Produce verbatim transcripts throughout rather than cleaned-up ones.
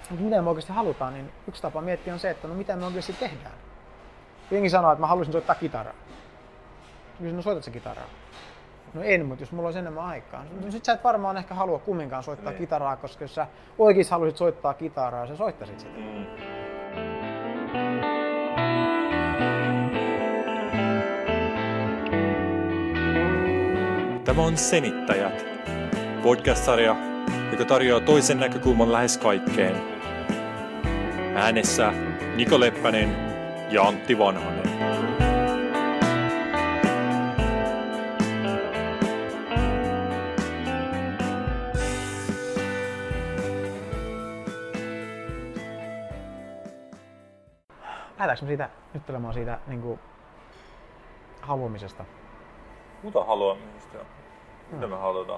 Mutta mitä me oikeasti halutaan, niin yksi tapa miettiä on se, että no mitä me oikeasti tehdään. Jengi sanoo, että mä haluaisin soittaa kitaraa. Kysyn, no soitat sä kitaraa? No en, mutta jos mulla olisi enemmän aikaa. No sit sä et varmaan ehkä halua kumminkaan soittaa niin. kitaraa, koska jos sä oikeasti haluaisit soittaa kitaraa, sä soittaisit sitä. Mm. Tämä on Senittäjät, podcast-sarja, joka tarjoaa toisen näkökulman lähes kaikkeen. Äänessä Niko Leppänen ja Antti Vanhanen. Lähdetäänkö me siitä juttelemaan siitä niin kuin, haluamisesta? Mitä haluamisesta? Mitä me halutaan?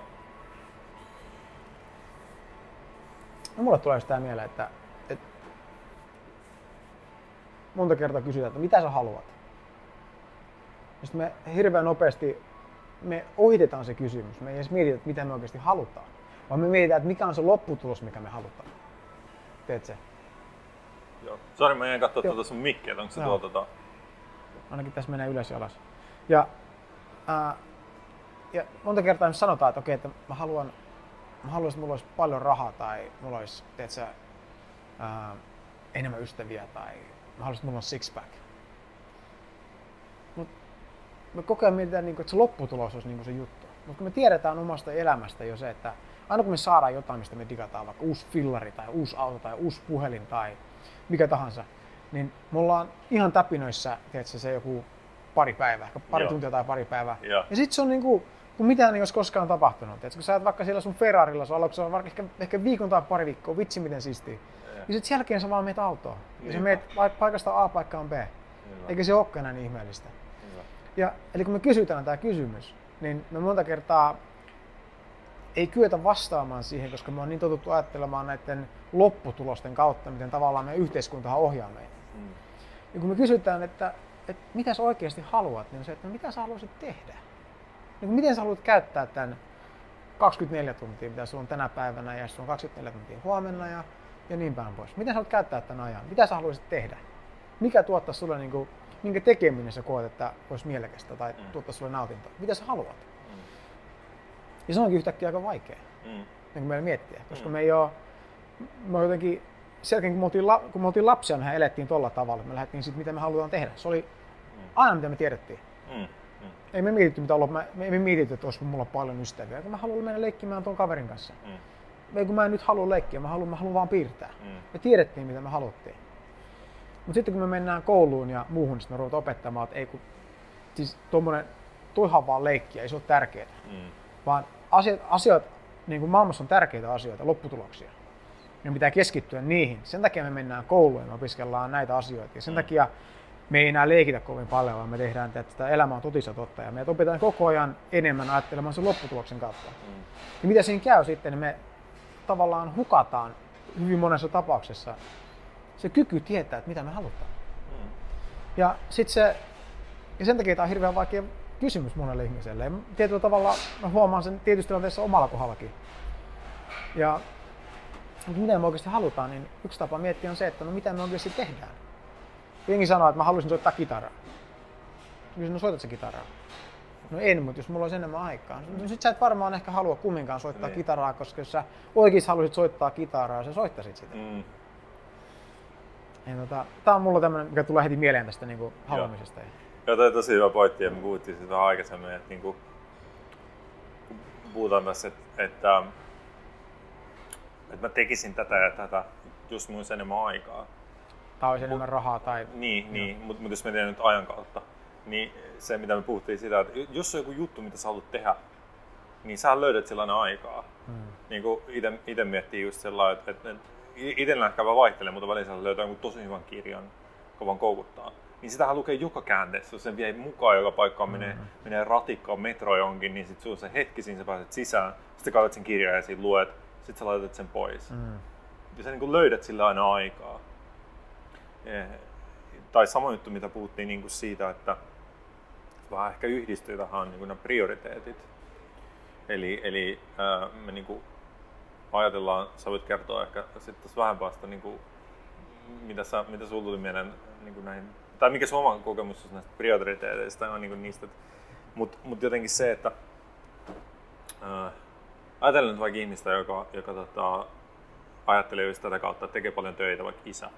No, mulle tulee sitä mieleen, että, että monta kertaa kysytään, että mitä sä haluat? Ja sitten me hirveän nopeasti me ohitetaan se kysymys. Me ei edes mietitä, että mitä me oikeasti halutaan, vaan me mietitään, että mikä on se lopputulos, mikä me halutaan. Teet se? Joo. Sori, mä en katsoa tuota sun mikkiä, onko se tuolta tota... Ainakin tässä menee ylös ja alas. Ja, ää, ja monta kertaa sanotaan, että okei, että mä haluan, mä haluaisin, että mulla olisi paljon rahaa tai mulla olisi, teetkö, ää, enemmän ystäviä tai mä haluaisin, että mulla on six-pack. Mut me koko ajan mietitään, että se lopputulos olisi se juttu. Mutta kun me tiedetään omasta elämästä jo se, että aina kun me saadaan jotain, mistä me digataan, vaikka uusi fillari tai uusi auto tai uusi puhelin tai mikä tahansa, niin me ollaan ihan täpinöissä, tiedätkö, se joku pari päivää, pari Joo. tuntia tai pari päivää. Joo. Ja sit se on niinku, kun mitään ei olisi koskaan tapahtunut. Tiedätkö, kun sä oot vaikka siellä sun Ferrarilla, sun aluksi on ehkä, ehkä viikon tai pari viikkoa, vitsi miten siistiä. Ja, ja sit sen jälkeen sä vaan meet autoon. Ja sä meet paikasta A paikkaan B. Hyvä. Eikä se olekaan näin ihmeellistä. Hyvä. Ja, eli kun me kysytään tää kysymys, niin me monta kertaa ei kyetä vastaamaan siihen, koska me on niin totuttu ajattelemaan näiden lopputulosten kautta, miten tavallaan meidän yhteiskuntahan ohjaa meitä. Mm. Ja kun me kysytään, että, että mitä sä oikeasti haluat, niin on se, että no, mitä sä haluaisit tehdä? Niin miten sä haluat käyttää tämän kaksikymmentäneljä tuntia, mitä sulla on tänä päivänä ja sulla on kaksikymmentäneljä tuntia huomenna ja, ja niin päin pois. Miten sä haluat käyttää tämän ajan? Mitä sä haluaisit tehdä? Mikä tuottaa sulle, niin kuin, minkä tekeminen sä koet, että olisi mielekästä tai mm. tuottaa sulle nautintoa? Mitä sä haluat? Mm. Ja se onkin yhtäkkiä aika vaikea, mm. niin kuin meillä miettiä, koska mm. me ei ole, me jotenkin, selkeän kun me oltiin, la, kun me oltiin lapsia, mehän elettiin tolla tavalla, me lähdettiin siitä, mitä me halutaan tehdä. Se oli mm. aina, mitä me tiedettiin. Mm. Mm. Ei me mietitty, mitä olla, me, me ei mietitty, että olisiko mulla paljon ystäviä, kun mä haluan mennä leikkimään tuon kaverin kanssa. Mm. Ei kun mä en nyt halua leikkiä, mä haluan, mä haluan vaan piirtää. Mm. Me tiedettiin, mitä me haluttiin. Mutta sitten kun me mennään kouluun ja muuhun, niin me ruvetaan opettamaan, että ei kun, siis tuommoinen, toihan vaan leikkiä, ei se ole tärkeää. Mm. Vaan asiat, asiat niin kuin maailmassa on tärkeitä asioita, lopputuloksia. Ja pitää keskittyä niihin. Sen takia me mennään kouluun ja me opiskellaan näitä asioita. Ja sen mm. takia me ei enää leikitä kovin paljon, vaan me tehdään, että tämä elämä on totissa totta. Ja me opetetaan koko ajan enemmän ajattelemaan sen lopputuloksen kautta. Mm. Ja mitä siinä käy sitten, niin me tavallaan hukataan hyvin monessa tapauksessa se kyky tietää, että mitä me halutaan. Mm. Ja, sit se, ja sen takia tämä on hirveän vaikea kysymys monelle ihmiselle. Ja tietyllä tavalla mä huomaan sen tietysti tilanteessa omalla kohdallakin. Ja mutta mitä me oikeasti halutaan, niin yksi tapa miettiä on se, että no mitä me oikeasti tehdään. Jengi sanoo, että mä haluaisin soittaa kitaraa. Kysyn, no soitat sä kitaraa? No en, mutta jos mulla olisi enemmän aikaa. No sit sä et varmaan ehkä halua kumminkaan soittaa niin. kitaraa, koska jos sä oikeasti haluaisit soittaa kitaraa, sä soittaisit sitä. Mm. Ja tota, tää on mulla tämmönen, mikä tulee heti mieleen tästä niinku haluamisesta. Joo, toi on tosi hyvä pointti ja me puhuttiin siitä vähän aikaisemmin, että niinku, puhutaan tässä, että, että, että mä tekisin tätä ja tätä, just mulla olisi enemmän aikaa. Tai olisi enemmän rahaa tai... Niin, niin. mutta mut jos mä teen nyt ajan kautta, niin se mitä me puhuttiin sitä, että jos on joku juttu, mitä sä haluat tehdä, niin sä löydät sellainen aikaa. Hmm. Niin kuin ite, ite miettii just sellainen, että, että itellä ehkä vaan vaihtelee, mutta välillä sä löytää jonkun tosi hyvän kirjan, kovan koukuttaa. Niin sitähän lukee joka käänteessä, jos sen vie mukaan joka paikkaan, menee, mm-hmm. menee ratikkaan, metro jonkin, niin sit sulla on se hetki, siinä sä pääset sisään, sitten katsot sen kirjan ja siinä luet, sitten sä laitat sen pois. Mm. Ja sä niin kuin löydät sillä aina aikaa. Ja, tai sama juttu, mitä puhuttiin niin kuin siitä, että vähän ehkä yhdistyy tähän niin kuin nämä prioriteetit. Eli, eli ää, me niin kuin ajatellaan, sä voit kertoa ehkä sitten tässä vähän päästä, niin kuin, mitä, sä, mitä sulla tuli mieleen niin kuin näihin, tai mikä sun oma kokemus näistä prioriteeteista on niin kuin niistä, mutta mut jotenkin se, että ää, ajatellen nyt vaikka ihmistä, joka, joka tota, ajattelee just tätä kautta, että tekee paljon töitä, vaikka isä,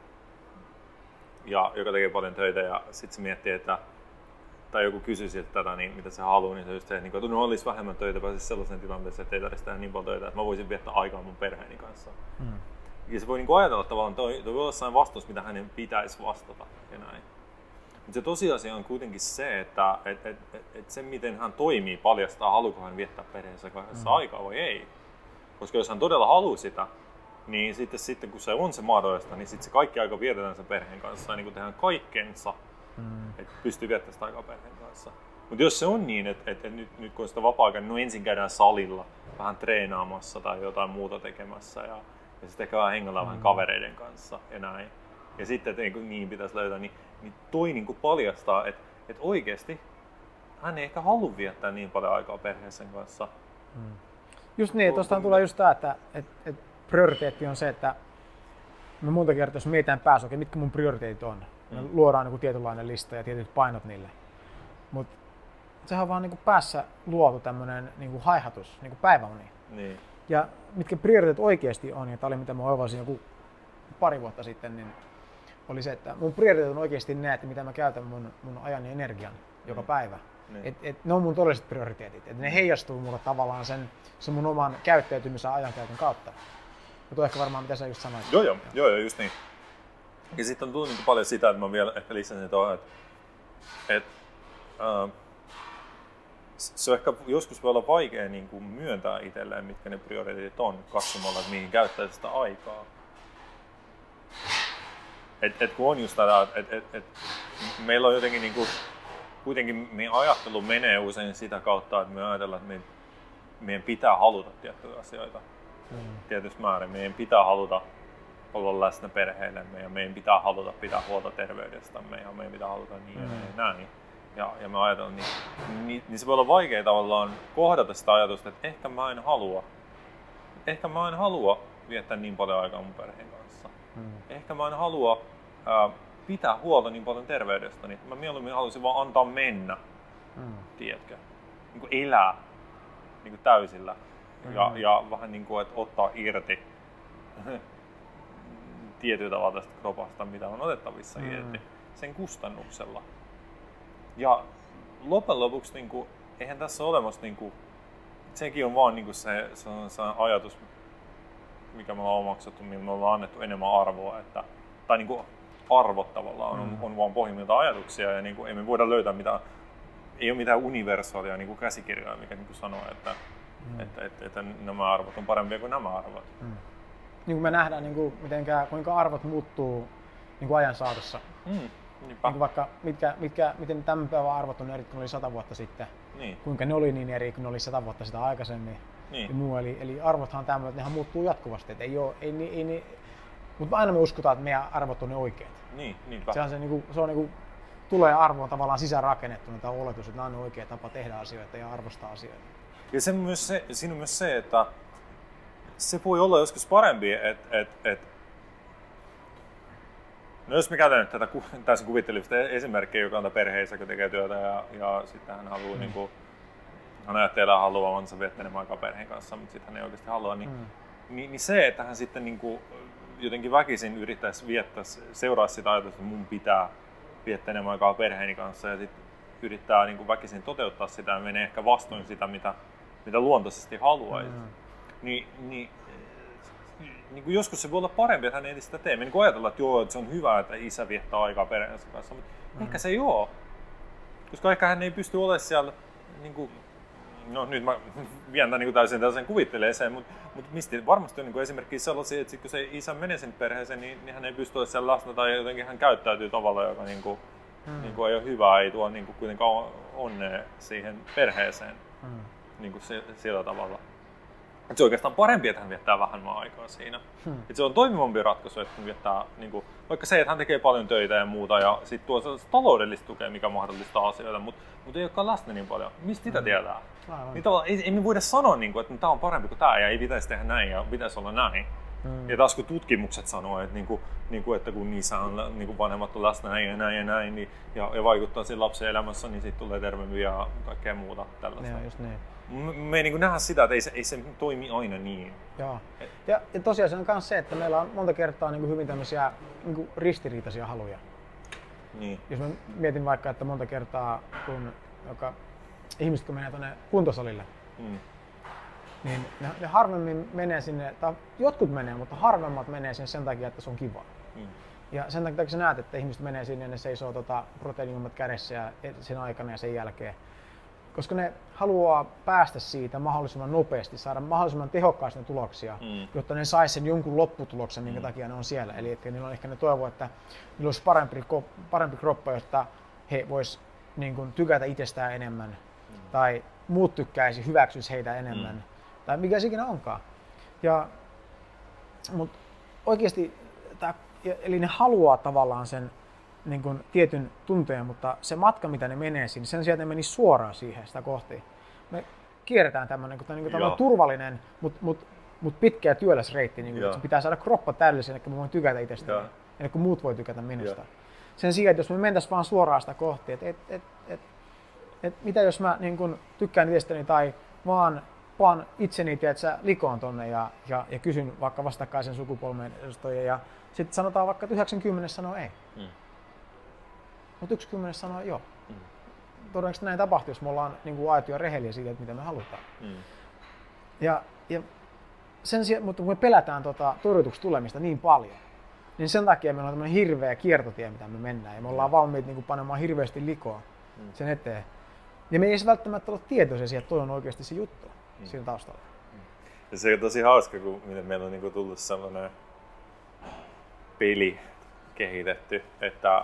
ja joka tekee paljon töitä ja sitten se miettii, että tai joku kysyy siltä tätä, niin mitä se haluaa, niin se just se, että no olisi vähemmän töitä, pääsisi sellaiseen tilanteeseen, että ei tarvitsisi tehdä niin paljon töitä, että mä voisin viettää aikaa mun perheeni kanssa. Mm. Ja se voi niin kuin ajatella tavallaan, että toi, toi voi olla sellainen vastaus, mitä hänen pitäisi vastata ja näin. Mutta se tosiasia on kuitenkin se, että et, et, et, et se miten hän toimii paljastaa, haluuko hän viettää perheensä kanssa mm. aikaa vai ei. Koska jos hän todella haluaa sitä, niin sitten, sitten kun se on se mahdollista, niin sitten se kaikki aika vietetään sen perheen kanssa ja niin tehdään kaikkensa, mm. että pystyy viettämään sitä aikaa perheen kanssa. Mutta jos se on niin, että, että nyt, nyt kun sitä vapaa-aikaa, niin no ensin käydään salilla vähän treenaamassa tai jotain muuta tekemässä ja, ja sitten ehkä vähän hengaillaan mm. vähän kavereiden kanssa ja näin. Ja sitten, että niin, niin pitäisi löytää, niin, niin toi niin kuin paljastaa, että, että oikeasti hän ei ehkä halua viettää niin paljon aikaa perheensä kanssa. Mm. Just niin, tuostahan tulee just tämä, että, että, että prioriteetti on se, että me monta kertaa, jos mietitään päässä, okay, mitkä mun prioriteetit on, me mm. luodaan niin tietynlainen lista ja tietyt painot niille. Mutta sehän on vaan niin päässä luotu tämmöinen niin haihatus, niin päiväuni. Niin. Ja mitkä prioriteetit oikeasti on, ja tämä oli mitä mä oivalsin joku pari vuotta sitten, niin oli se, että mun prioriteetit on oikeasti ne, että mitä mä käytän mun, mun ajan ja energian mm. joka päivä. Niin. Et, et ne on mun todelliset prioriteetit, että ne heijastuu mulle tavallaan sen, sen mun oman käyttäytymisen ajankäytön kautta. Mutta ehkä varmaan mitä sä just sanoit. Joo, joo, joo, joo just niin. Ja sitten on tullut niin paljon sitä, että mä vielä ehkä lisäsin tuohon, että, että äh, se on ehkä joskus voi olla vaikea niin kuin myöntää itselleen, mitkä ne prioriteetit on, katsomalla, että mihin käyttää sitä aikaa. Et, et kun on just tätä, että et, et, et, meillä on jotenkin niin kuin, kuitenkin meidän ajattelu menee usein sitä kautta, että me ajatellaan, että meidän, meidän pitää haluta tiettyjä asioita. Mm. Tietysti määrin. Meidän pitää haluta olla läsnä perheillemme ja meidän pitää haluta pitää huolta terveydestämme ja meidän pitää haluta niin mm. ja näin. Ja, ja me ajatellaan, niin, niin, niin se voi olla vaikea tavallaan kohdata sitä ajatusta, että ehkä mä en halua. Ehkä mä en halua viettää niin paljon aikaa mun perheen kanssa. Mm. Ehkä mä en halua ää, pitää huolta niin paljon terveydestäni. Mä mieluummin haluaisin vaan antaa mennä, mm. tiedätkö? Niin kuin elää niin kuin täysillä. Ja, mm. ja vähän niin kuin, että ottaa irti tietyllä tavalla tästä kropasta, mitä on otettavissa mm. irti sen kustannuksella. Ja loppujen lopuksi, niin kuin, eihän tässä ole olemassa, niin kuin, sekin on vaan niin kuin se, se, on se ajatus, mikä me ollaan omaksuttu, millä me ollaan annettu enemmän arvoa. Että, tai niin kuin arvot tavallaan on, mm. on vaan pohjimmiltaan ajatuksia ja niin kuin, ei me voida löytää mitään, ei ole mitään universaalia niin kuin käsikirjaa, mikä niin kuin sanoo, että Mm. Että, että, että nämä arvot on parempia kuin nämä arvot. Mm. Niin kuin me nähdään, niin kuin, mitenkä, kuinka arvot muuttuu niin kuin ajan saatossa. Mm. Niin kuin vaikka mitkä, mitkä, miten tämän päivän arvot on eri kuin oli sata vuotta sitten. Niin. Kuinka ne oli niin eri kuin ne oli sata vuotta sitä aikaisemmin. Niin. Ja muu, eli, eli arvothan on tämmöinen, että nehän muuttuu jatkuvasti. Että ei ole, ei, ei, ei, mutta aina me uskotaan, että meidän arvot on ne oikeat. Niin, se on, se, niin kuin, se on niin kuin, tulee arvoon tavallaan sisäänrakennettuna tämä oletus, että nämä on ne oikea tapa tehdä asioita ja arvostaa asioita. Ja se myös se, siinä on myös se, että se voi olla joskus parempi, että, että, että no jos me käytän nyt tätä täysin kuvittelevista esimerkkiä, joka on perheessä, joka tekee työtä ja, ja sitten hän haluaa, mm. niin kuin, hän ajattelee haluavansa viettää enemmän aikaa perheen kanssa, mutta sitten hän ei oikeasti halua, niin, mm. niin, niin se, että hän sitten niin kuin, jotenkin väkisin yrittäisi viettää, seuraa sitä ajatusta, että mun pitää viettää enemmän aikaa perheeni kanssa ja sitten yrittää niin kuin väkisin toteuttaa sitä ja menee ehkä vastoin sitä, mitä mitä luontaisesti haluaisi, mm. niin, niin, niin kuin joskus se voi olla parempi, että hän ei sitä tee. Me niin ajatellaan, että, joo, että se on hyvä, että isä viettää aikaa perheensä kanssa, mutta mm. ehkä se ei ole. Koska ehkä hän ei pysty olemaan siellä, niin kuin, no nyt mä vien tämän niin täysin tällaisen kuvitteleeseen, mutta, mutta mistä varmasti on niin esimerkiksi sellaisia, että kun se isä menee sinne perheeseen, niin, niin hän ei pysty olemaan siellä läsnä tai jotenkin hän käyttäytyy tavalla, joka niin kuin, mm. niin kuin ei ole hyvä, ei tuo niin kuin kuitenkaan onnea siihen perheeseen. Mm. Niin kuin sillä tavalla. Et se on oikeastaan parempi, että hän viettää vähemmän aikaa siinä. Hmm. Et se on toimivampi ratkaisu, että hän viettää, niin kuin, vaikka se, että hän tekee paljon töitä ja muuta ja sitten tuo sellaista taloudellista tukea, mikä mahdollistaa asioita, mutta mut ei olekaan läsnä niin paljon. Mistä sitä hmm. tietää? Niin ei, ei me voida sanoa, niin kuin, että tämä on parempi kuin tämä ja ei pitäisi tehdä näin ja pitäisi olla näin. Hmm. Ja taas kun tutkimukset sanoo, että, niin kuin, niin kuin, että kun niissä on niin kuin vanhemmat on läsnä näin ja näin ja näin niin, ja, ja vaikuttaa siinä lapsen elämässä, niin siitä tulee terveempiä ja kaikkea muuta tällaista. Ja, just niin. Me, me ei niin nähdä sitä, että ei se, ei se toimi aina niin. Joo. Ja, ja tosiaan se on myös se, että meillä on monta kertaa niin kuin hyvin tämmöisiä niin kuin ristiriitaisia haluja. Niin. Jos mä mietin vaikka, että monta kertaa kun joka, ihmiset kun menee tuonne kuntosalille, mm. niin ne, ne harvemmin menee sinne, tai jotkut menee, mutta harvemmat menee sinne sen takia, että se on kiva. Mm. Ja sen takia kun sä näet, että ihmiset menee sinne ja ne seisoo tota, proteiinijuomat kädessä ja sen aikana ja sen jälkeen. Koska ne haluaa päästä siitä mahdollisimman nopeasti, saada mahdollisimman tehokkaasti tuloksia, mm. jotta ne sais sen jonkun lopputuloksen, minkä mm. takia ne on siellä. Eli että niillä on ehkä ne toivo, että niillä olisi parempi, parempi kroppa, jotta he vois niin kuin, tykätä itsestään enemmän, mm. tai muut tykkäisi, hyväksyisi heitä enemmän, mm. tai mikä se ikinä onkaan. Ja, mutta oikeasti, tää, eli ne haluaa tavallaan sen niin kuin tietyn tunteen, mutta se matka, mitä ne menee siinä, sen sijaan, että ne menisi suoraan siihen sitä kohti. Me kierretään tämmöinen niin kuin turvallinen, mutta mut, mut pitkä ja työläs reitti. Niin kuin, se pitää saada kroppa täydellisen, että me voin tykätä itsestäni, ennen kuin muut voi tykätä minusta. Ja. Sen sijaan, että jos me mentäisiin vaan suoraan sitä kohti, että et, et, et, et, mitä jos mä niin kuin, tykkään itsestäni tai vaan, vaan itseni tiedätkö, likoon tonne ja, ja, ja kysyn vaikka vastakkaisen sukupolven edustajia ja sitten sanotaan vaikka, että yhdeksänkymmentä sanoo ei. Mm. Mutta yksi kymmenes sanoo joo. Mm. Todennäköisesti näin tapahtuu, jos me ollaan niin kuin aitoja rehellisiä siitä, että mitä me halutaan. Mm. Ja, ja sen sijaan, mutta kun me pelätään tota, torjutuksi tulemista niin paljon, niin sen takia meillä on tämmöinen hirveä kiertotie, mitä me mennään. Ja me ollaan valmiit niin kuin panemaan hirveästi likoa mm. sen eteen. Ja me ei edes välttämättä ole tietoisia siitä, että toi on oikeasti se juttu mm. siinä taustalla. Mm. Ja se on tosi hauska, kun meillä on niin kuin tullut sellainen peli kehitetty, että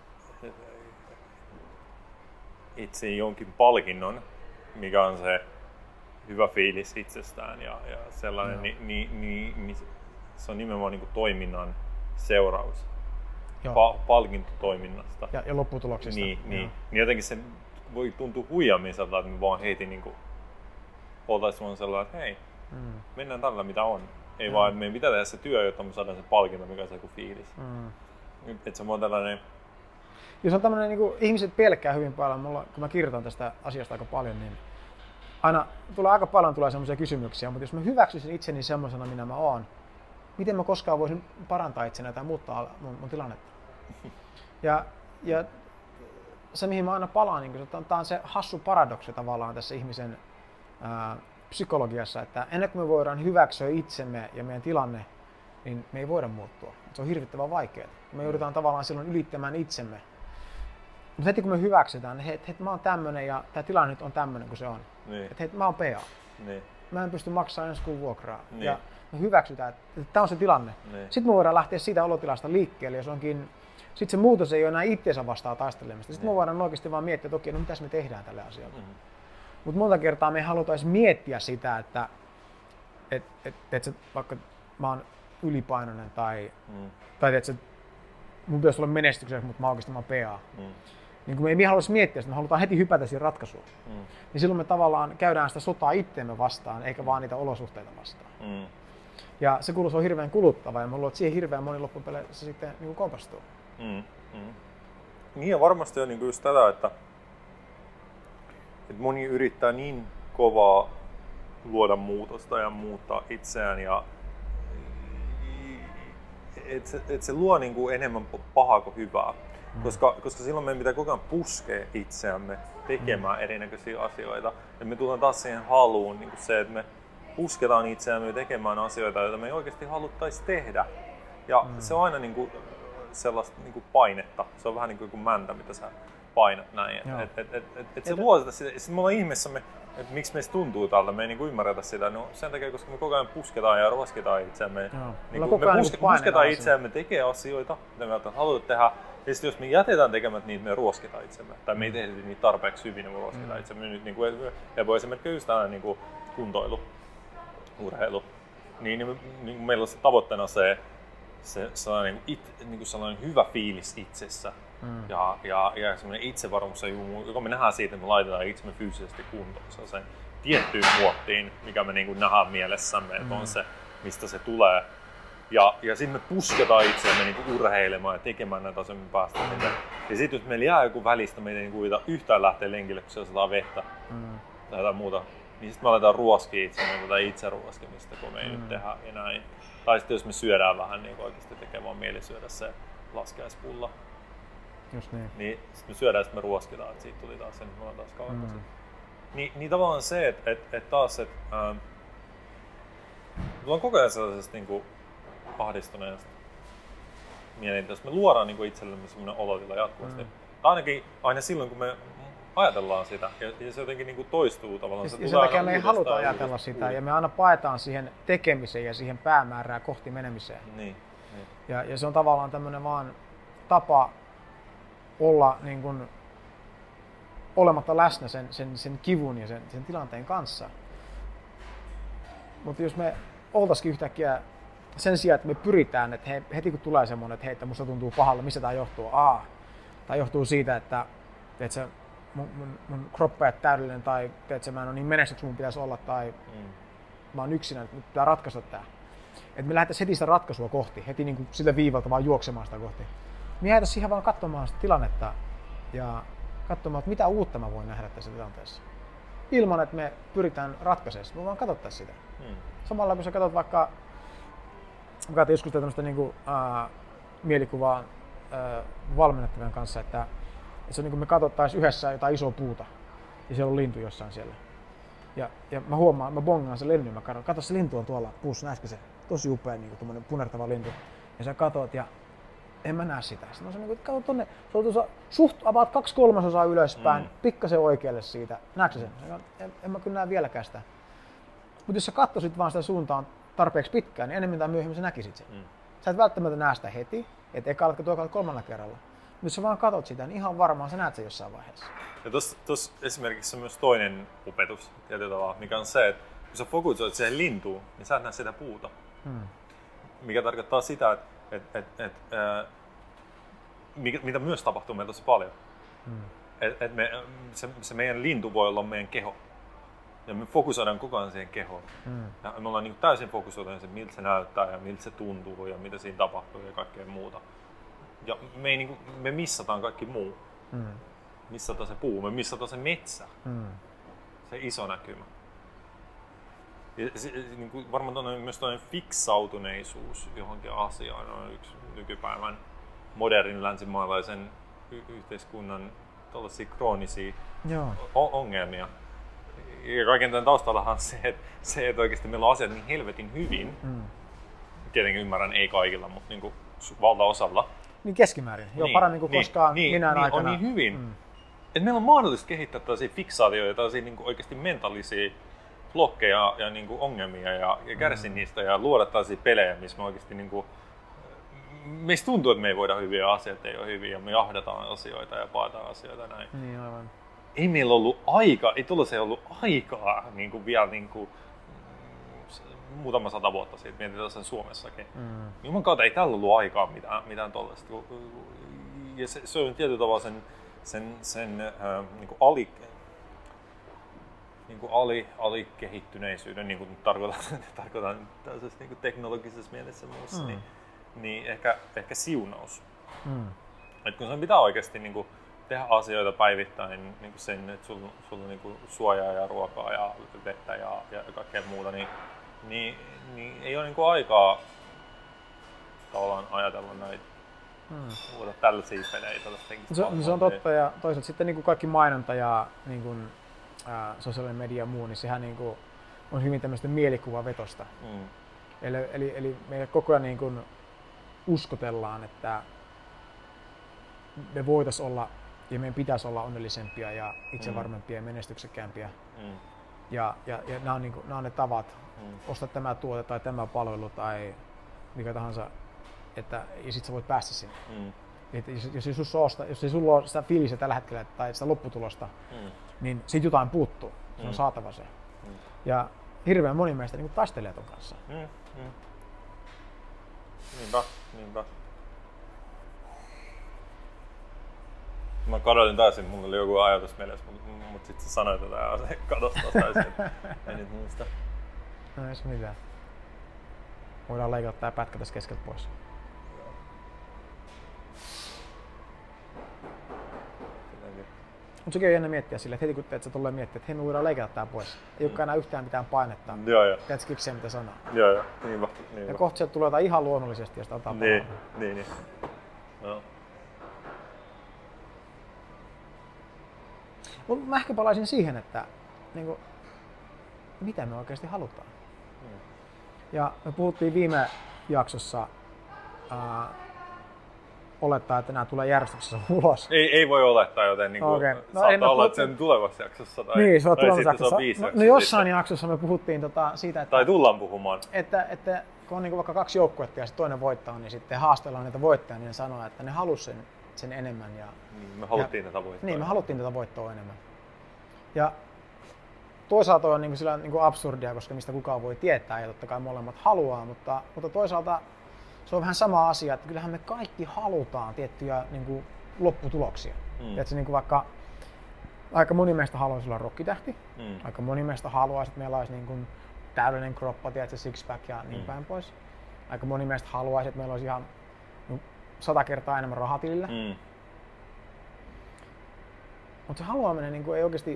itse jonkin palkinnon, mikä on se hyvä fiilis itsestään ja, ja sellainen, no. niin, niin, niin, niin se on nimenomaan niin kuin toiminnan seuraus, pa- palkinto toiminnasta. Ja, ja lopputuloksista. Niin, niin, niin jotenkin se voi tuntua huijamiselta, että me vaan heitin niin kuin, oltaisiin vaan sellainen, että hei, mm. mennään tällä mitä on. Ei mm. vaan, että meidän pitää tehdä se työ, jotta me saadaan se palkinto, mikä on se joku fiilis. Mm. Että se on tällainen. Jos on tämmöinen, niin kuin ihmiset pelkää hyvin paljon, mulla, kun mä kirjoitan tästä asiasta aika paljon, niin aina tulee aika paljon tulee semmoisia kysymyksiä, mutta jos mä hyväksyisin itseni semmoisena, minä mä oon, miten mä koskaan voisin parantaa itsenä tai muuttaa mun, mun tilannetta? Ja, ja se, mihin mä aina palaan, niin tämä on se hassu paradoksi tavallaan tässä ihmisen ää, psykologiassa, että ennen kuin me voidaan hyväksyä itsemme ja meidän tilanne, niin me ei voida muuttua. Se on hirvittävän vaikeaa. Me joudutaan tavallaan silloin ylittämään itsemme. Mutta heti kun me hyväksytään, että hei, hei, mä oon tämmönen ja tämä tilanne nyt on tämmönen kuin se on. Niin. Että hei, mä oon P A. Niin. Mä en pysty maksamaan ensi kuun vuokraa. Niin. Ja me hyväksytään, että tämä on se tilanne. Niin. Sitten me voidaan lähteä siitä olotilasta liikkeelle, jos onkin. Sitten se muutos ei ole enää itseensä vastaan taistelemista. Sitten niin. me voidaan oikeasti vaan miettiä, että okei, no mitäs me tehdään tälle asialle. Mm-hmm. Mutta monta kertaa me ei haluta edes miettiä sitä, että et, et, et, et, vaikka mä oon ylipainoinen tai, mm. tai että mun pitäisi olla menestykseksi, mutta mä oikeasti mä oon P A. Mm. Niin kun me ei haluaisi miettiä sitä, me halutaan heti hypätä siihen ratkaisuun. Mm. Niin silloin me tavallaan käydään sitä sotaa itteemme vastaan, eikä vaan niitä olosuhteita vastaan. Mm. Ja se kuuluu, se on hirveän kuluttava ja mä luulen, että siihen hirveän moni loppupeleissä sitten niin kompastuu. Mm. Mm. Niin ja varmasti on niin just tätä, että, että moni yrittää niin kovaa luoda muutosta ja muuttaa itseään ja että se, et se luo niin kuin enemmän pahaa kuin hyvää. Mm. Koska, koska silloin meidän pitää koko ajan puskea itseämme tekemään mm. erinäköisiä asioita. Ja me tullaan taas siihen haluun, niin kuin se, että me pusketaan itseämme tekemään asioita, joita me ei oikeasti haluttaisi tehdä. Ja mm. se on aina niin kuin sellaista niin kuin painetta. Se on vähän niin kuin joku mäntä, mitä sä painat näin. Et, et, et, et, et se luo sitä. Sitten me ollaan ihmeessämme, että miksi meistä tuntuu tältä, me ei niin ymmärretä sitä. No sen takia, koska me koko ajan pusketaan ja roskitaan itseämme. Niin me puske, pusketaan itseämme tekee asioita, mitä me halutaan tehdä. Ja sitten jos me jätetään tekemät niitä, me ruoskitaan itsemme. Tai me ei tehdä niitä tarpeeksi hyvin, me ruoskitaan mm. itsemme. Nyt, niin kuin, ja voi esimerkiksi just tällainen niin kuin kuntoilu. urheilu, niin, niin, niin meillä on se tavoitteena se, se sellainen, it, niin kuin sellainen hyvä fiilis itsessä mm. ja, ja, ja sellainen itsevarmuus, joka me nähdään siitä, että me laitetaan itsemme fyysisesti kuntoon. Se on se tiettyyn muottiin, mikä me niin kuin nähdään mielessämme, että mm. on se, mistä se tulee. Ja, ja sitten me pusketaan itseämme niin kuin urheilemaan ja tekemään näitä asioita, me päästään niitä. Ja sitten jos meillä jää joku välistä, meitä ei niin yhtään lähteä lenkille, kun siellä sataa vettä mm. tai jotain muuta, niin sitten me aletaan ruoskia itseämme tätä itseruoskimista, kun me ei mm. nyt tehdä ja näin. Tai sitten jos me syödään vähän, niin oikeasti tekee vaan mieli syödä se laskeaispulla. Just niin. Niin sitten me syödään ja sitten me ruoskitaan, että siitä tuli taas se, nyt me ollaan taas kauan. Mm. Niin, niin tavallaan se, että et, et taas, että ähm, me on koko ajan sellaisesta niin kuin ahdistuneesta mielentä, jos me luodaan niin kuin itsellemme sellainen olotila jatkuvasti. Mm. Tai ainakin aina silloin, kun me ajatellaan sitä, ja, ja se jotenkin niin kuin toistuu tavallaan. Se ja sen takia me ei haluta ajatella sitä, uudestaan. Ja me aina paetaan siihen tekemiseen ja siihen päämäärään kohti menemiseen. Niin, niin. Ja, ja se on tavallaan tämmöinen vaan tapa olla niin kuin olematta läsnä sen, sen, sen kivun ja sen, sen tilanteen kanssa. Mutta jos me oltaisikin yhtäkkiä sen sijaan, että me pyritään, että he, heti kun tulee semmoinen, että hei, että musta tuntuu pahalle, mistä tämä johtuu? Aa, tämä johtuu siitä, että teetkö, mun, mun, mun kroppa ei täydellinen tai teetkö, mä en ole niin menestyks mun pitäisi olla tai mm. mä oon yksinä, että nyt pitää ratkaista tää. Että me lähdettäisiin heti sitä ratkaisua kohti, heti niin kuin sillä viivalta vaan juoksemaan sitä kohti. Me jäätäisiin siihen vaan katsomaan sitä tilannetta ja katsomaan, että mitä uutta mä voin nähdä tässä tilanteessa. Ilman, että me pyritään ratkaisemaan, me vaan katsottaisiin sitä. Mm. Samalla kun sä katsot vaikka, mä katsoin joskus tämmöistä niinku, äh, mielikuvaa äh, valmennettavan kanssa, että, että se on niin kuin me katsottaisiin yhdessä jotain isoa puuta ja siellä on lintu jossain siellä. Ja, ja mä huomaan, mä bongaan sen lennyn, mä katson, katso se lintu on tuolla puussa, näetkö se? Tosi upea niin kuin punertava lintu. Ja sä katot ja en mä näe sitä. Sitten mä sanoin, että kato tonne, se on tuossa suht about kaksi kolmasosaa ylöspäin, mm. pikkasen oikealle siitä. Näetkö sen? En, en mä kyllä näe vieläkään sitä. Mutta jos sä katsoisit vaan sitä suuntaan tarpeeksi pitkään, niin enemmän tai myöhemmin sä näkisit sen. Mm. Sä et välttämättä näe sitä heti, et eka tuokaa kolmannella kerralla. Mutta jos sä vaan katot sitä, niin ihan varmaan sä näet sen jossain vaiheessa. Ja tuossa esimerkiksi on myös toinen opetus, tietyllä tavalla, mikä on se, että kun sä fokusoit siihen lintuun, niin sä et näe sitä puuta. Hmm. Mikä tarkoittaa sitä, että et, et, et, äh, mikä, mitä myös tapahtuu meillä tosi paljon. Hmm. Et, et me, se, se meidän lintu voi olla meidän keho. Ja me fokusoidaan koko ajan siihen kehoon. Hmm. Ja me ollaan niin täysin fokusoidaan siihen, miltä se näyttää ja miltä se tuntuu ja mitä siinä tapahtuu ja kaikkea muuta. Ja me, ei, niin kuin, me missataan kaikki muu. Hmm. Missataan se puu, me missataan se metsä. Hmm. Se iso näkymä. Ja se, niin kuin varmaan toinen, myös toinen fiksautuneisuus johonkin asiaan on yksi nykypäivän modernin länsimaalaisen y- yhteiskunnan tällaisia kroonisia o- ongelmia. Ja kaiken tämän taustallahan se, että, se, että oikeasti meillä on asiat niin helvetin hyvin. Mm. Tietenkin ymmärrän, ei kaikilla, mutta niin kuin valtaosalla. Niin keskimäärin. Joo, niin, paremmin kuin niin, koskaan niin, minään niin, aikana. On niin hyvin. Mm. Että meillä on mahdollista kehittää tällaisia fiksaatioita, tällaisia niin kuin oikeasti mentaalisia blokkeja ja niin kuin ongelmia ja, ja kärsiä mm. niistä ja luoda tällaisia pelejä, missä me oikeasti niin kuin, meistä tuntuu, että me ei voida hyviä asioita, ei ole hyviä ja me jahdataan asioita ja paataan asioita näin. Niin, aivan. Ei meillä ollut aika, ei tuollaisen ollut aikaa niin kuin vielä niin kuin, muutama sata vuotta siitä, mietitään sen Suomessakin. Mm. Juman kautta ei täällä ollut aikaa mitään, mitään tuollaista. Ja se, se on tietyllä tavalla sen, sen, sen äh, niin kuin ali, niin kuin ali, alikehittyneisyyden, niin kuin tarkoitan, tarkoitan tällaisessa niin kuin teknologisessa mielessä muussa, mm. niin, niin ehkä, ehkä siunaus. Mm. Et kun sun pitää oikeasti niin kuin tehdä asioita päivittäin niin kuin sen, että sulla, sulla on niin kuin suojaa ja ruokaa ja vettä ja, ja kaikkea muuta, niin, niin, niin ei ole niin kuin aikaa tavallaan ajatella näitä. Hmm. Luoda tällaisia pelejä. Se, se on totta ja toisaalta sitten niin kuin kaikki mainonta ja niin kuin, ää, sosiaalinen media ja muu, niin sehän niin kuin, on hyvin tämmöistä mielikuvavetosta. Hmm. Eli, eli, eli me koko ajan niin kuin uskotellaan, että me voitaisiin olla ja meidän pitäisi olla onnellisempia ja itsevarmempia mm. ja menestyksekkäämpiä. Mm. Ja, ja, ja nämä, on niin kuin, nämä on ne tavat, mm. ostaa tämä tuote tai tämä palvelu tai mikä tahansa, että, ja sitten sä voit päästä sinne. Mm. Et jos, jos, ei osta, jos ei sulla ole sitä fiilistä tällä hetkellä tai sitä lopputulosta, mm. niin siitä jotain puuttuu. Se on mm. saatava se. Mm. Ja hirveän moni meistä niin taistelee ton kanssa. Mm, mm. Niinpä, niinpä. Mä kadotin täysin, mulla oli joku ajatus mielessä, mutta mut sit sä sanoit tätä ja se kadosi taas täysin. En nyt muista. No ei se mitään. Voidaan leikata tää pätkä tässä keskeltä pois. Mutta sekin on jännä miettiä silleen, että heti kun teet, sä tulee miettiä, että hei, me voidaan leikata tää pois. Ei olekaan enää yhtään mitään painetta. Joo, joo. Teet skiksiä mitä sanoo. Joo, joo. Niinpä, niinpä. Ja kohta sieltä tulee jotain ihan luonnollisesti ja sitä otetaan niin, niin, niin. No. Mut mä ehkä palaisin siihen, että niinku, mitä me oikeasti halutaan. Hmm. Ja me puhuttiin viime jaksossa ää, olettaa, että nämä tulee järjestyksessä ulos. Ei, ei voi olettaa, joten niinku, okay. no, saattaa olla, puhut... että sen tulevassa jaksossa tai, niin, se on tai sitten jaksossa. se on viisi no, jaksossa. no jossain sitten. jaksossa me puhuttiin tota, siitä, että, tai tullaan puhumaan. Että, että kun on niinku vaikka kaksi joukkuetta ja se toinen voittaa, niin sitten haastellaan niitä voittajia, niin ne sanoo, että ne halusi sen, sen enemmän. Ja, me haluttiin ja, tätä voittoa. Niin, me haluttiin tätä voittoa enemmän. Ja toisaalta on niinku sillä niinku absurdia, koska mistä kukaan voi tietää ja totta kai molemmat haluaa, mutta, mutta toisaalta se on vähän sama asia, että kyllähän me kaikki halutaan tiettyjä niinku lopputuloksia. Mm. Tiedätkö, niinku vaikka aika moni meistä haluaisi olla rokkitähti, mm. aika moni meistä haluaisi, että meillä olisi niinku täydellinen kroppa, tiedätkö, six-pack ja niin mm. päin pois. Aika moni meistä haluaisi, että meillä olisi ihan niinku sata kertaa enemmän rahatilillä. Mm. Mutta se haluaminen niinku ei oikeasti,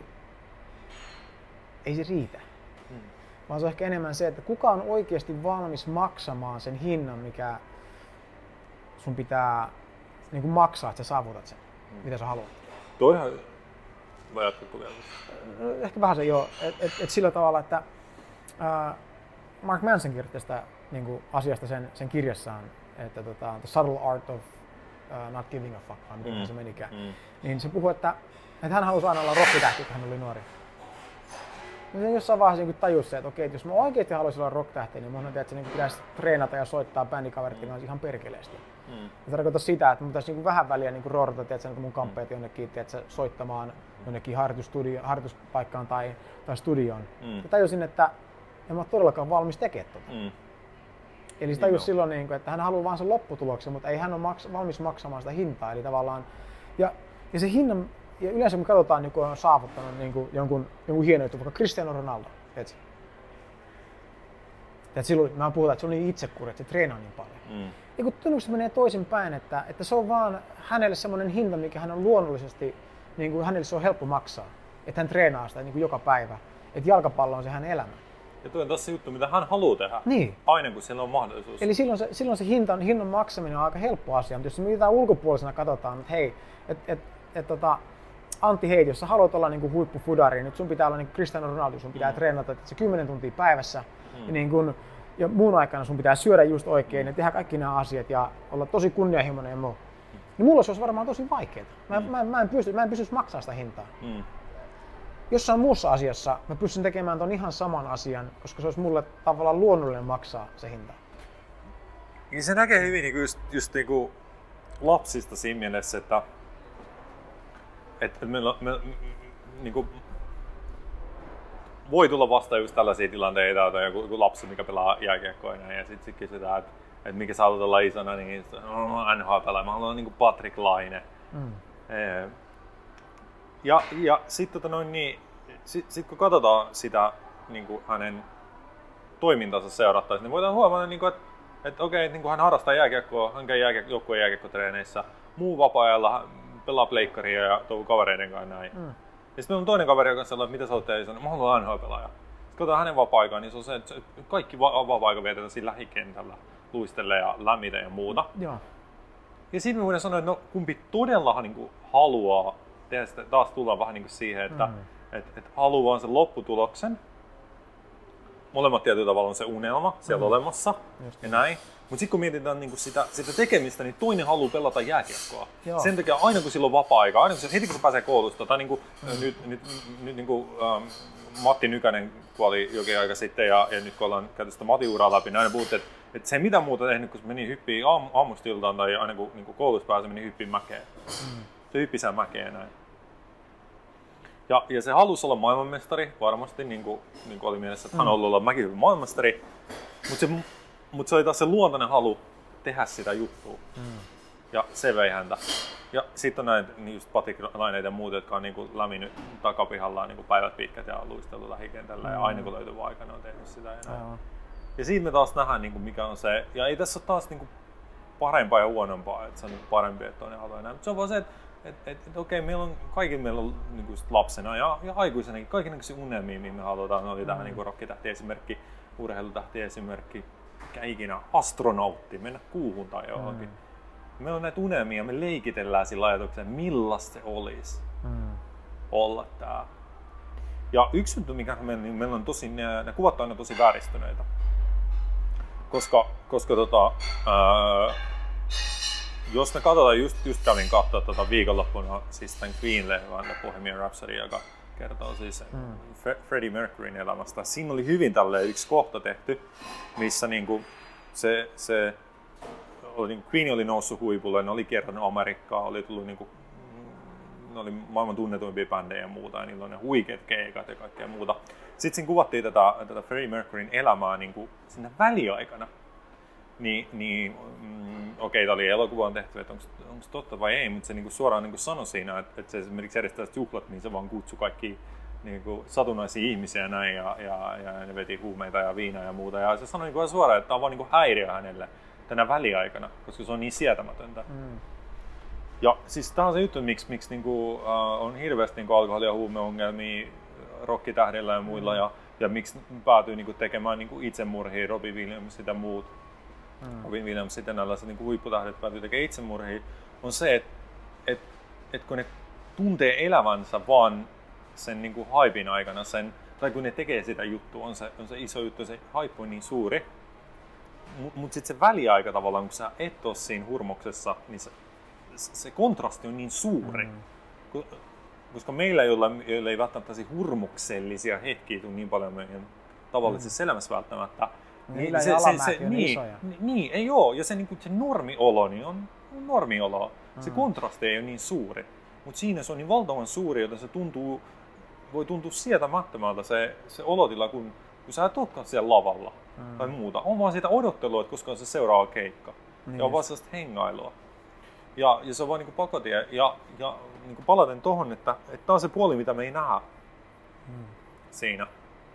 ei se riitä. Mm. Vaan se on ehkä enemmän se, että kuka on oikeasti valmis maksamaan sen hinnan, mikä sun pitää niin kuin maksaa, että sä saavutat sen, mm. mitä sä haluat. Toihan, vai jatkatko vielä? No, ehkä vähän se joo, että et, et sillä tavalla, että ää, Mark Manson kirjoitti sitä niin kuin asiasta sen, sen kirjassaan, että tota, The Subtle Art of uh, Not Giving a Fuck, vai miten mm. se menikään. Mm. Niin se puhui, että, että hän halusi aina olla rockitähti, kun hän oli nuori. Niin jossain vaiheessa niin tajusi se, että okei, että jos mä oikeasti haluaisin olla rock-tähti, niin mun on että se niin pitäisi treenata ja soittaa bändikaverit mm. ihan perkeleesti. Mm. Se tarkoittaa sitä, että mun pitäisi niin vähän väliä niin roorata tiedätkö, niin mun kamppeet jonnekin tiedätkö, soittamaan jonnekin harjoituspaikkaan tai, tai studioon. Mm. Ja tajusin, että en mä ole todellakaan valmis tekemään tota. Mm. Eli se tajusi silloin, niin kuin, että hän haluaa vain sen lopputuloksen, mutta ei hän ole maks- valmis maksamaan sitä hintaa. Eli tavallaan, ja, ja se hinnan, ja yleensä me katsotaan, niin kun on saavuttanut niin kuin jonkun, jonkun hieno juttu, vaikka Cristiano Ronaldo. Tiedätkö? Tiedätkö, silloin, mä puhutaan, että se on niin itsekuri, että se treenaa niin paljon. Mm. Ja kun tunnukset menee toisinpäin, että, että se on vaan hänelle semmoinen hinta, mikä hän on luonnollisesti, niin kuin hänelle se on helppo maksaa. Että hän treenaa sitä niin kuin joka päivä. Että jalkapallo on se hänen elämä. Ja tuo on taas se juttu, mitä hän haluaa tehdä. Niin. Aina kun sillä on mahdollisuus. Eli silloin se, silloin se hinta, hinnan maksaminen on aika helppo asia. Mutta jos me mitään ulkopuolisena katsotaan, että hei, että et, et, tota, Antti hei, jos sä haluat olla niinku huippufudari, niin sun pitää olla niinku Cristiano Ronaldo, sun pitää mm. treenata että se kymmenen tuntia päivässä. Mm. Ja, niin kun, ja muun aikana sun pitää syödä just oikein ja tehdä kaikki nämä asiat ja olla tosi kunnianhimoinen ja muu. Mm. Niin mulla se olisi varmaan tosi vaikeaa. Mä, mm. mä, mä, en pysty, mä en pystyisi maksamaan sitä hintaa. Mm. Jossain muussa asiassa mä pystyn tekemään ton ihan saman asian, koska se olisi mulle tavallaan luonnollinen maksaa se hinta. Niin se näkee hyvin niin just, just niin kuin lapsista siinä mielessä, että että meillä, me, niin kuin, voi tulla vastaan just tällaisia tilanteita, että joku, joku lapsi, mikä pelaa jääkiekkoa ja sitten sit kysytään, että, että mikä sä haluat olla isona, niin no, mä oon N H L-pelaaja, mä haluan olla niin kuin Patrick Laine. Mm. Ja, ja sitten tota niin, sit, sit kun katsotaan sitä niin kuin hänen toimintansa seurattaisiin, niin voidaan huomata, niin kuin, että, että okei, niin kuin hän harrastaa jääkiekkoa, hän käy jääkiekko, joukkueen jääkiekkotreeneissä, muu vapaa-ajalla pelaa pleikkaria ja touhuu kavereiden kanssa näin. Mm. Ja sitten meillä on toinen kaveri, joka sanoo, että mitä sä oot teille, mä haluan N H L-pelaaja. Sitten katsotaan hänen vapaa-aikaa, niin se on se, että kaikki va- vapaa-aika vietetään siinä lähikentällä, luistelle ja lämmitä ja muuta. Joo. Ja sitten me voidaan sanoa, että no kumpi todella niin kuin, haluaa tehdä sitä, taas tullaan vähän niin kuin siihen, että mm. et, et haluaa sen lopputuloksen. Molemmat tietyllä tavalla on se unelma siellä mm. olemassa just ja näin. Mutta sitten kun mietitään niinku sitä, sitä tekemistä, niin toinen haluaa pelata jääkiekkoa. Joo. Sen takia aina kun sillä on vapaa-aika, aina kun se, heti kun se pääsee koulusta, tai niinku, mm. nyt, nyt, nyt niinku, ähm, Matti Nykänen kuoli jokin aika sitten, ja, ja nyt kun ollaan käyty sitä Mati-uraa läpi, niin aina puhuttiin, että, että se ei mitään muuta tehnyt, kun se meni hyppiin aam, aamustiltaan, tai aina kun niinku koulussa pääsi, meni hyppiin mäkeen. Mm. Se hyppi sen mäkeen näin. Ja, ja se halusi olla maailmanmestari, varmasti, niin kuin, niin kuin oli mielessä, että hän haluaa olla mäkihyppyn maailmanmestari. Mutta se, mut se oli taas se luontainen halu tehdä sitä juttua. Mm. Ja se vei häntä. Ja sitten on näitä niin just patiklaineita ja muuta, jotka on niin kuin läminyt takapihallaan niin kuin päivät pitkät ja luistellut lähikentällä. Mm. Ja aina kun löytyy aikana on tehnyt sitä ja näin. Mm. Ja siitä me taas nähdään, niin kuin mikä on se. Ja ei tässä ole taas niin kuin parempaa ja huonompaa, että se on niin parempi, että toinen haluaa näin. Mutta se on vaan se, että et, et, et, okei, meillä on, kaikilla meillä on niin kuin lapsena ja, ja aikuisenakin kaikenlaisia unelmia, mihin me halutaan. Oli mm. tämä niin rokkitähti esimerkki, urheilutähti esimerkki, mikä ikinä, astronautti, mennä kuuhun tai johonkin. Mm. Meillä on näitä unelmia, me leikitellään sillä ajatuksella, millaista se olisi mm. olla tää. Ja yksi juttu, mikä meillä, niin meillä on tosi, ne, ne kuvat on aina tosi vääristyneitä. Koska, koska tota, ää, jos me katsotaan, just, just kävin katsoa tota viikonloppuna siis tämän Queen-lehvän Bohemian Rhapsody, joka kertoo siis mm. Freddie Mercuryn elämästä. Siinä oli hyvin tälleen yksi kohta tehty, missä niinku se, se oli, Queen oli noussut huipulle, ne oli kiertänyt Amerikkaa, oli tullut niinku, ne oli maailman tunnetuimpia bändejä ja muuta, ja niillä on ne huikeat keikat ja kaikkea muuta. Sitten siinä kuvattiin tätä, tätä Freddie Mercuryn elämää niinku sinne väliaikana. Niin, niin mm, okei, okay, tämä oli elokuva on tehty, että onko se totta vai ei, mutta se niinku suoraan niinku sanoi siinä, että, että se esimerkiksi järjestää juhlat, niin se vaan kutsui kaikki niinku satunnaisia ihmisiä ja näin, ja, ja, ja ne veti huumeita ja viinaa ja muuta. Ja se sanoi niinku suoraan, että tämä on vaan niinku häiriö hänelle tänä väliaikana, koska se on niin sietämätöntä. Mm. Ja siis tämä on se juttu, miksi, miksi niinku, uh, on hirveästi niinku alkoholi- ja huumeongelmia rockitähdillä ja muilla, mm. ja, ja miksi päätyy niinku tekemään niinku itsemurhia, Robbie Williams ja muut. Mm. Robin Williams, sitten tällaiset niin huipputähdet päätyy tekemään itsemurhia, on se, että et, et kun ne tuntee elävänsä vaan sen niin kuin haipin aikana, sen, tai kun ne tekee sitä juttua, on se, on se iso juttu, se haippu on niin suuri. Mutta mut sitten se väliaika tavallaan, kun sä et ole siinä hurmoksessa, niin se, se kontrasti on niin suuri. Mm. Koska meillä, joilla, joilla ei välttämättä hurmoksellisia hetkiä tule niin paljon meidän tavallisessa mm. elämässä välttämättä, Niin, se, se, se, on niin, isoja. Niin, ei oo. Ja se, niin kuin, se normiolo niin on, on normiolo. Mm. Se kontrasti ei ole niin suuri. Mutta siinä se on niin valtavan suuri, joten se tuntuu, voi tuntua sietämättömältä se, se olotila, kun, kun sä et olekaan siellä lavalla mm. tai muuta. On vaan sitä odottelua, että koska on se seuraava keikka. Niin ja on vaan sellaista hengailua. Ja, ja se on vaan niin kuin pakotie. Ja, ja niin kuin palaten tohon, että tämä on se puoli, mitä me ei nähdä mm. siinä.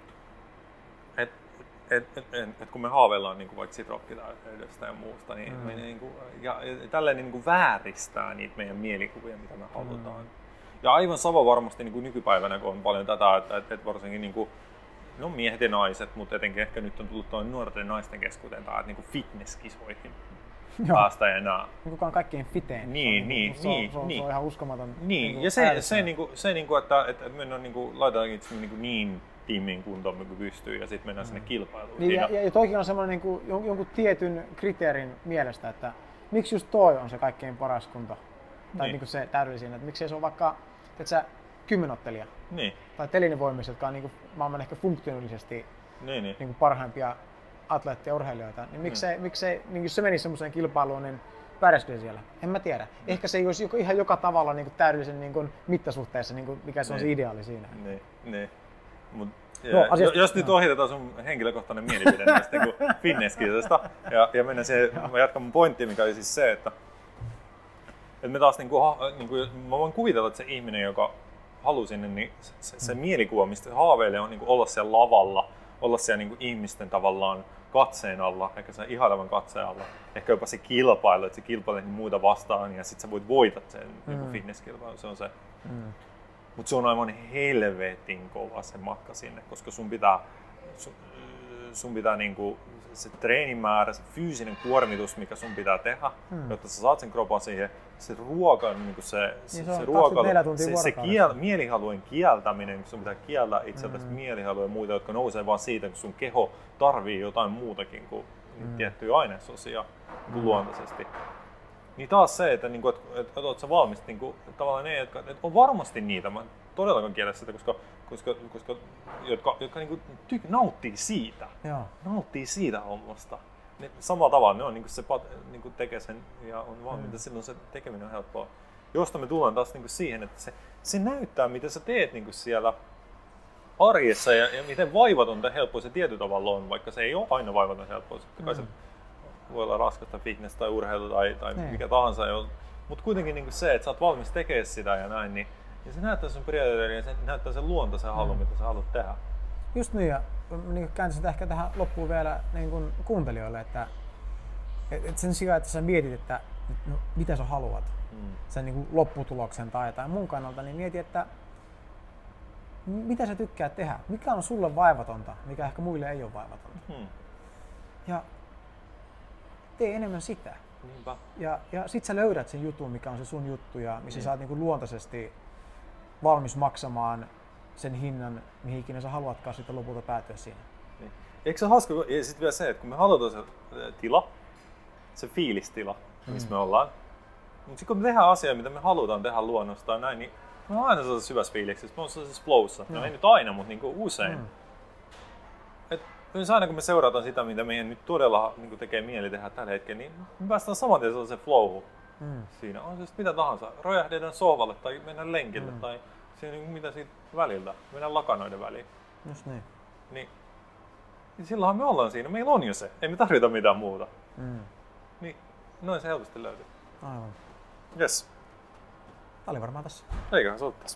Et, et, et, et kun me haaveillaan niin kuin vaikka sit rockitähdestä ja muusta, niin, mm. me, niin kuin, ja, ja tälleen niin kuin vääristää niitä meidän mielikuvia, mitä me halutaan. Mm. Ja aivan sama varmasti niin kuin nykypäivänä, kun on paljon tätä, että et, et varsinkin niin kuin, no miehet ja naiset, mutta etenkin ehkä nyt on tullut tuon nuorten naisten keskuuteen tai niin kuin fitnesskisoihin päästä ja nää. Niin kuka on kaikkein fiteen. Niin, se on, niin, se, niin, se, on, niin. se on ihan uskomaton. Niin, niin ja se, se, niin kuin, se niin kuin, että, että mennään niin kuin, laitetaan itse niin, kuin niin tiimiin kuntoon, kun pystyy, ja sitten mennään mm. sinne kilpailuun. Niin, ja, ja toikin on semmoinen niin kuin, jonkun tietyn kriteerin mielestä, että miksi just toi on se kaikkein paras kunto, tai niin. Niin kuin se täydellisin, että miksi se on vaikka sä, kymmenottelija, niin. tai telinivoimissa, jotka on niin kuin, maailman ehkä funktionaalisesti niin, niin. Niin kuin parhaimpia atleetteja ja urheilijoita, niin miksi mm. se, miksi se, niin jos se menisi semmoiseen kilpailuun, niin pärjäskö siellä? En mä tiedä. Mm. Ehkä se ei olisi ihan joka tavalla niin kuin täydellisen niin kuin mittasuhteessa, niin kuin, mikä se on niin. Se ideaali siinä. Niin, niin. Mut, no, asiasta, jos nyt ohitetaan sun henkilökohtainen mielipide näistä niin fitnesskisoista ja, ja mennään siihen, mä jatkan mun pointtiin, mikä oli siis se, että, että me taas, niin kuin, niin kuin, mä voin kuvitella, että se ihminen, joka haluaa sinne, niin se, se, se mielikuva, mistä se haaveilee, on niin kuin olla siellä lavalla, olla siellä niin kuin ihmisten tavallaan katseen alla, ehkä sen ihailevan katseen alla, ehkä jopa se kilpailu, että se kilpailee muita vastaan ja sitten sä voit voitat sen mm. niin fitnesskilpailu, se on se. Mm. Mutta se on aivan helvetin kova se matka sinne, koska sun pitää, sun, sun pitää niinku, se treenimäärä, se fyysinen kuormitus, mikä sun pitää tehdä, hmm. jotta sä saat sen kropan siihen, se ruoka, niinku se, niin se, se, ruokailu, se, se kiel, mielihalujen kieltäminen, sun pitää kieltää itseltäsi hmm. mielihaluja ja muita, jotka nousee vaan siitä, kun sun keho tarvii jotain muutakin kuin hmm. tiettyjä ainesosia hmm. luontaisesti. Niin taas se, että, niinku, että, että, että oot sä valmis, niinku, tavallaan ne, jotka että on varmasti niitä, mä todellakaan kiellä sitä, koska, koska, koska jotka, jotka niinku, tyk, nauttii siitä, Joo. nauttii siitä hommasta. Ne, samalla tavalla ne on niinku se, niinku, tekee sen ja on valmiita, mm. silloin se tekeminen on helppoa. josta me tullaan taas niin kuin siihen, että se, se näyttää, mitä sä teet niin kuin siellä arjessa ja, ja miten vaivatonta ja helppoa se tietyllä tavalla on, vaikka se ei ole aina vaivaton helppoa. Mm. Se voi olla raskasta fitness tai urheilu tai, tai mikä tahansa, mutta kuitenkin niin kuin se, että sä oot valmis tekemään sitä ja näin, niin ja se näyttää sen prioriteetin ja se näyttää sen luontaisen halun, mm. mitä sä haluat tehdä. Just niin, ja niin kääntäisin ehkä tähän loppuun vielä niin kuin kuuntelijoille, että et sen sijaan, että sä mietit, että no, mitä sä haluat, mm. sen niin kuin lopputuloksen tai jotain mun kannalta, niin mieti, että mitä sä tykkäät tehdä, mikä on sulle vaivatonta, mikä ehkä muille ei ole vaivatonta. Mm. Ja tee enemmän sitä. Niinpä. Ja, ja sit sä löydät sen jutun, mikä on se sun juttu ja missä mm. sä oot niin kuin luontaisesti valmis maksamaan sen hinnan, mihin ikinä sä haluatkaan sitten lopulta päätyä siihen. Niin. Eikö se hauska, ja sitten vielä se, että kun me halutaan se tila, se fiilistila, missä mm. me ollaan, mutta sitten kun me tehdään asiaa, mitä me halutaan tehdä luonnosta näin, niin me ollaan aina sellaisessa hyvässä fiiliksessä, me ollaan sellaisessa flowssa. Mm. No ei nyt aina, mutta niinku usein. Mm. Et yleensä aina kun me seurataan sitä, mitä meidän nyt todella niin tekee mieli tehdä tällä hetkellä, niin me päästään saman tien sellaiseen flowhun. Mm. Siinä on siis mitä tahansa, rojahdetaan sohvalle tai mennään lenkille mm. tai siinä, mitä siitä väliltä, mennään lakanoiden väliin. Just niin. Niin, niin silloinhan me ollaan siinä, meillä on jo se, ei me tarvita mitään muuta. Mm. Niin, noin se helposti löytyy. Aivan. Jes. Tää oli varmaan tässä. Eiköhän se ole tässä.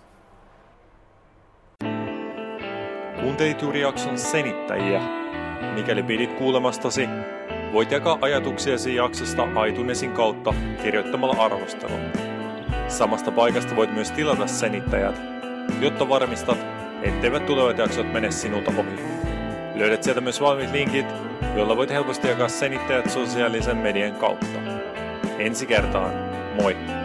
Kuuntelit juuri jakson Senittäjiä. Mikäli pidit kuulemastasi, voit jakaa ajatuksiasi jaksosta iTunesin kautta kirjoittamalla arvostelun. Samasta paikasta voit myös tilata Senittäjät, jotta varmistat, etteivät tulevat jaksot mene sinulta ohi. Löydät sieltä myös valmiit linkit, joilla voit helposti jakaa Senittäjät sosiaalisen median kautta. Ensi kertaan, moi!